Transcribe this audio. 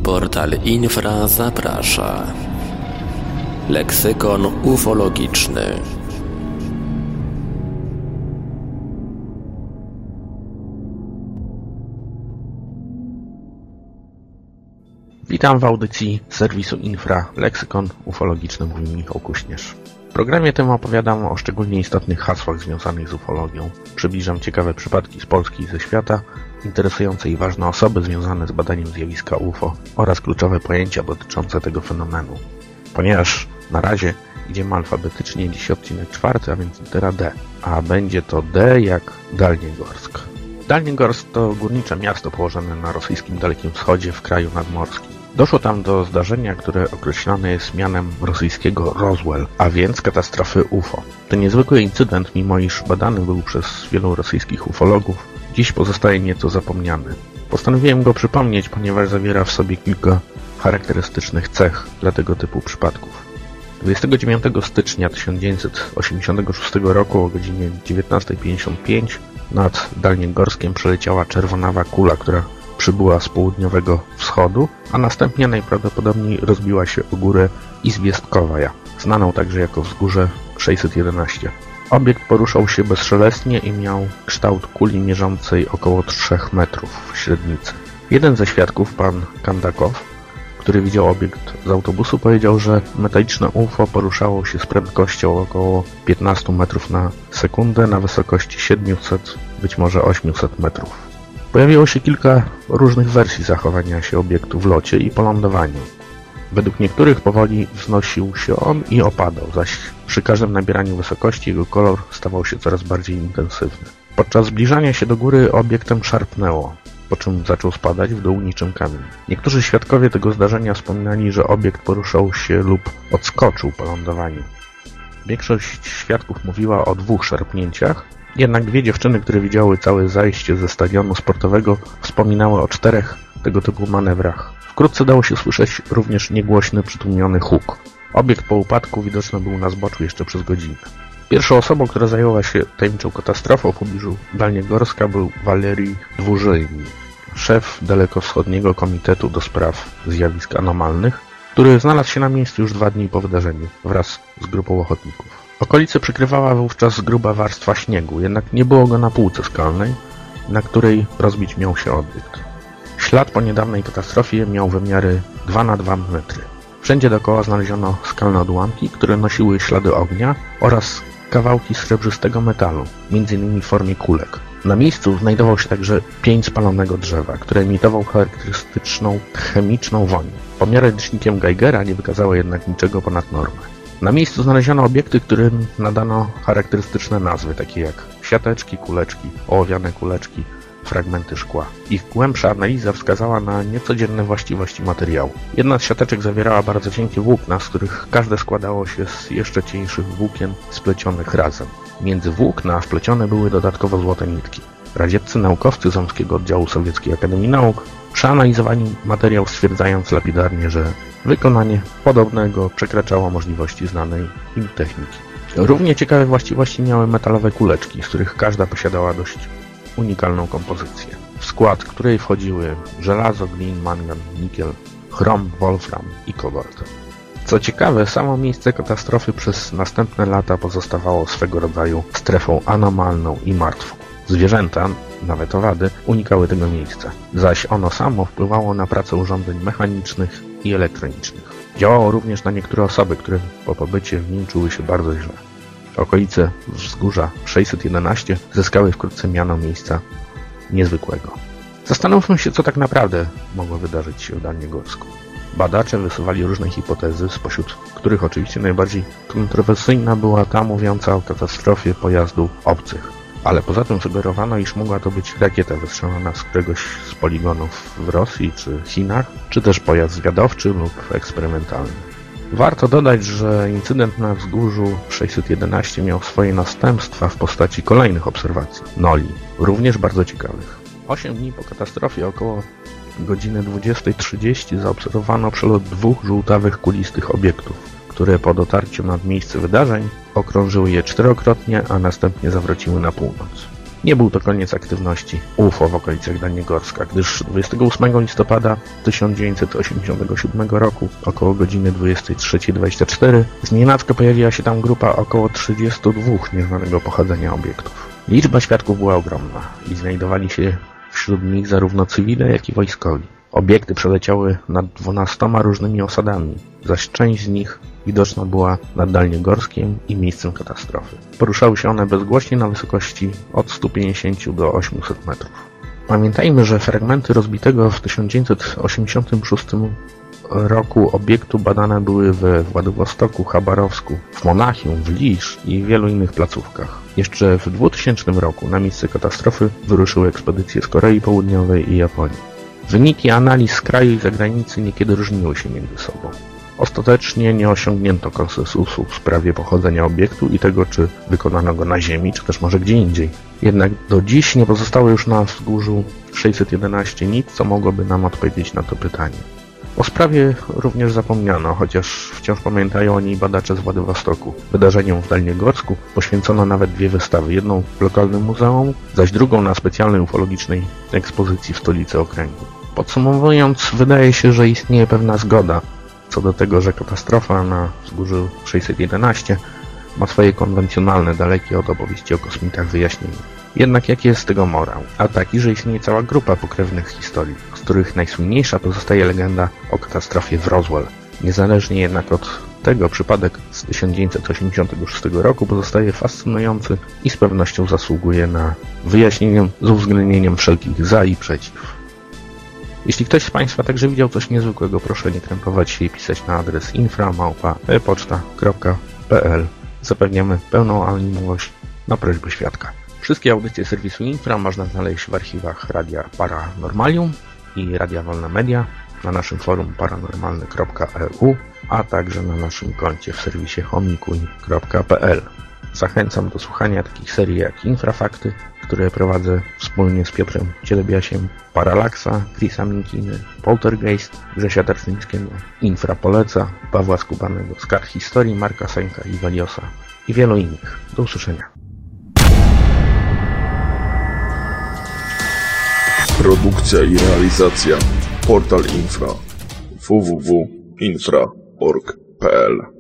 Portal Infra zaprasza. Leksykon ufologiczny. Witam w audycji serwisu Infra Leksykon ufologiczny, mówi Michał Kuśnierz. W programie tym opowiadam o szczególnie istotnych hasłach związanych z ufologią. Przybliżam ciekawe przypadki z Polski i ze świata, interesujące i ważne osoby związane z badaniem zjawiska UFO oraz kluczowe pojęcia dotyczące tego fenomenu. Ponieważ na razie idziemy alfabetycznie, dziś odcinek 4, a więc litera D, a będzie to D jak Dalniegorsk. Dalniegorsk to górnicze miasto położone na rosyjskim Dalekim Wschodzie w kraju nadmorskim. Doszło tam do zdarzenia, które określane jest mianem rosyjskiego Roswell, a więc katastrofy UFO. Ten niezwykły incydent, mimo iż badany był przez wielu rosyjskich ufologów, dziś pozostaje nieco zapomniany. Postanowiłem go przypomnieć, ponieważ zawiera w sobie kilka charakterystycznych cech dla tego typu przypadków. 29 stycznia 1986 roku o godzinie 19:55 nad Dalniegorskiem przeleciała czerwonawa kula, która przybyła z południowego wschodu, a następnie najprawdopodobniej rozbiła się o górę Izwiestkowaja, znaną także jako wzgórze 611. Obiekt poruszał się bezszelestnie i miał kształt kuli mierzącej około 3 metrów w średnicy. Jeden ze świadków, pan Kandakow, który widział obiekt z autobusu, powiedział, że metaliczne UFO poruszało się z prędkością około 15 metrów na sekundę na wysokości 700, być może 800 metrów. Pojawiło się kilka różnych wersji zachowania się obiektu w locie i po lądowaniu. Według niektórych powoli wznosił się on i opadał, zaś przy każdym nabieraniu wysokości jego kolor stawał się coraz bardziej intensywny. Podczas zbliżania się do góry obiektem szarpnęło, po czym zaczął spadać w dół niczym kamień. Niektórzy świadkowie tego zdarzenia wspominali, że obiekt poruszał się lub odskoczył po lądowaniu. Większość świadków mówiła o 2 szarpnięciach, jednak 2 dziewczyny, które widziały całe zajście ze stadionu sportowego, wspominały o 4 tego typu manewrach. Wkrótce dało się słyszeć również niegłośny, przytłumiony huk. Obiekt po upadku widoczny był na zboczu jeszcze przez godzinę. Pierwszą osobą, która zajęła się tajemniczą katastrofą w pobliżu Dalniegorska, był Walerij Dwużyjny, szef Dalekowschodniego Komitetu do Spraw Zjawisk Anomalnych, który znalazł się na miejscu już 2 dni po wydarzeniu wraz z grupą ochotników. Okolice przykrywała wówczas gruba warstwa śniegu, jednak nie było go na półce skalnej, na której rozbić miał się obiekt. Ślad po niedawnej katastrofie miał wymiary 2 na 2 metry. Wszędzie dookoła znaleziono skalne odłamki, które nosiły ślady ognia oraz kawałki srebrzystego metalu, m.in. w formie kulek. Na miejscu znajdował się także pień spalonego drzewa, które emitował charakterystyczną chemiczną woń. Pomiary licznikiem Geigera nie wykazały jednak niczego ponad normę. Na miejscu znaleziono obiekty, którym nadano charakterystyczne nazwy, takie jak siateczki, kuleczki, ołowiane kuleczki, fragmenty szkła. Ich głębsza analiza wskazała na niecodzienne właściwości materiału. Jedna z siateczek zawierała bardzo cienkie włókna, z których każde składało się z jeszcze cieńszych włókien splecionych razem. Między włókna wplecione były dodatkowo złote nitki. Radzieccy naukowcy z Omskiego Oddziału Sowieckiej Akademii Nauk przeanalizowali materiał, stwierdzając lapidarnie, że wykonanie podobnego przekraczało możliwości znanej im techniki. Równie ciekawe właściwości miały metalowe kuleczki, z których każda posiadała dość unikalną kompozycję, w skład której wchodziły żelazo, glin, mangan, nikiel, chrom, wolfram i kobalt. Co ciekawe, samo miejsce katastrofy przez następne lata pozostawało swego rodzaju strefą anomalną i martwą. Zwierzęta, nawet owady, unikały tego miejsca, zaś ono samo wpływało na pracę urządzeń mechanicznych i elektronicznych. Działało również na niektóre osoby, które po pobycie w nim czuły się bardzo źle. Okolice wzgórza 611 zyskały wkrótce miano miejsca niezwykłego. Zastanówmy się, co tak naprawdę mogło wydarzyć się w Dalniegorsku. Badacze wysuwali różne hipotezy, spośród których oczywiście najbardziej kontrowersyjna była ta mówiąca o katastrofie pojazdu obcych. Ale poza tym sugerowano, iż mogła to być rakieta wystrzelona z któregoś z poligonów w Rosji czy Chinach, czy też pojazd zwiadowczy lub eksperymentalny. Warto dodać, że incydent na wzgórzu 611 miał swoje następstwa w postaci kolejnych obserwacji, noli, również bardzo ciekawych. 8 dni po katastrofie, około godziny 20:30, zaobserwowano przelot 2 żółtawych kulistych obiektów, które po dotarciu nad miejsce wydarzeń okrążyły je 4-krotnie, a następnie zawróciły na północ. Nie był to koniec aktywności UFO w okolicach Daniegorska, gdyż 28 listopada 1987 roku około godziny 23:24 znienacka pojawiła się tam grupa około 32 nieznanego pochodzenia obiektów. Liczba świadków była ogromna i znajdowali się wśród nich zarówno cywile, jak i wojskowi. Obiekty przeleciały nad 12 różnymi osadami, zaś część z nich widoczna była nad Dalniegorskiem i miejscem katastrofy. Poruszały się one bezgłośnie na wysokości od 150 do 800 metrów. Pamiętajmy, że fragmenty rozbitego w 1986 roku obiektu badane były we Władywostoku, Chabarowsku, w Monachium, w Lisz i wielu innych placówkach. Jeszcze w 2000 roku na miejsce katastrofy wyruszyły ekspedycje z Korei Południowej i Japonii. Wyniki analiz z kraju i zagranicy niekiedy różniły się między sobą. Ostatecznie nie osiągnięto konsensusu w sprawie pochodzenia obiektu i tego, czy wykonano go na Ziemi, czy też może gdzie indziej. Jednak do dziś nie pozostało już na wzgórzu 611 nic, co mogłoby nam odpowiedzieć na to pytanie. O sprawie również zapomniano, chociaż wciąż pamiętają o niej badacze z Władywostoku. Wydarzeniom w Dalniegorsku poświęcono nawet 2 wystawy, jedną w lokalnym muzeum, zaś drugą na specjalnej ufologicznej ekspozycji w stolicy okręgu. Podsumowując, wydaje się, że istnieje pewna zgoda co do tego, że katastrofa na wzgórzu 611 ma swoje konwencjonalne, dalekie od opowieści o kosmitach wyjaśnienie. Jednak jaki jest z tego morał? A taki, że istnieje cała grupa pokrewnych historii, z których najsłynniejsza pozostaje legenda o katastrofie w Roswell. Niezależnie jednak od tego przypadek z 1986 roku pozostaje fascynujący i z pewnością zasługuje na wyjaśnienie z uwzględnieniem wszelkich za i przeciw. Jeśli ktoś z Państwa także widział coś niezwykłego, proszę nie krępować się i pisać na adres infra@epoczta.pl. Zapewniamy pełną anonimowość na prośbę świadka. Wszystkie audycje serwisu Infra można znaleźć w archiwach Radia Paranormalium i Radia Wolna Media, na naszym forum paranormalny.eu, a także na naszym koncie w serwisie homikuj.pl. Zachęcam do słuchania takich serii jak Infrafakty, które prowadzę wspólnie z Piotrem Cielebiasiem, Paralaksa, Chrisa Minkiny, Poltergeist, Grzesia Tarczyńskiego, Infra Poleca, Pawła Skubanego, Skarb Historii, Marka Sęka i Waliosa i wielu innych. Do usłyszenia. Produkcja i realizacja Portal Infra www.infra.org.pl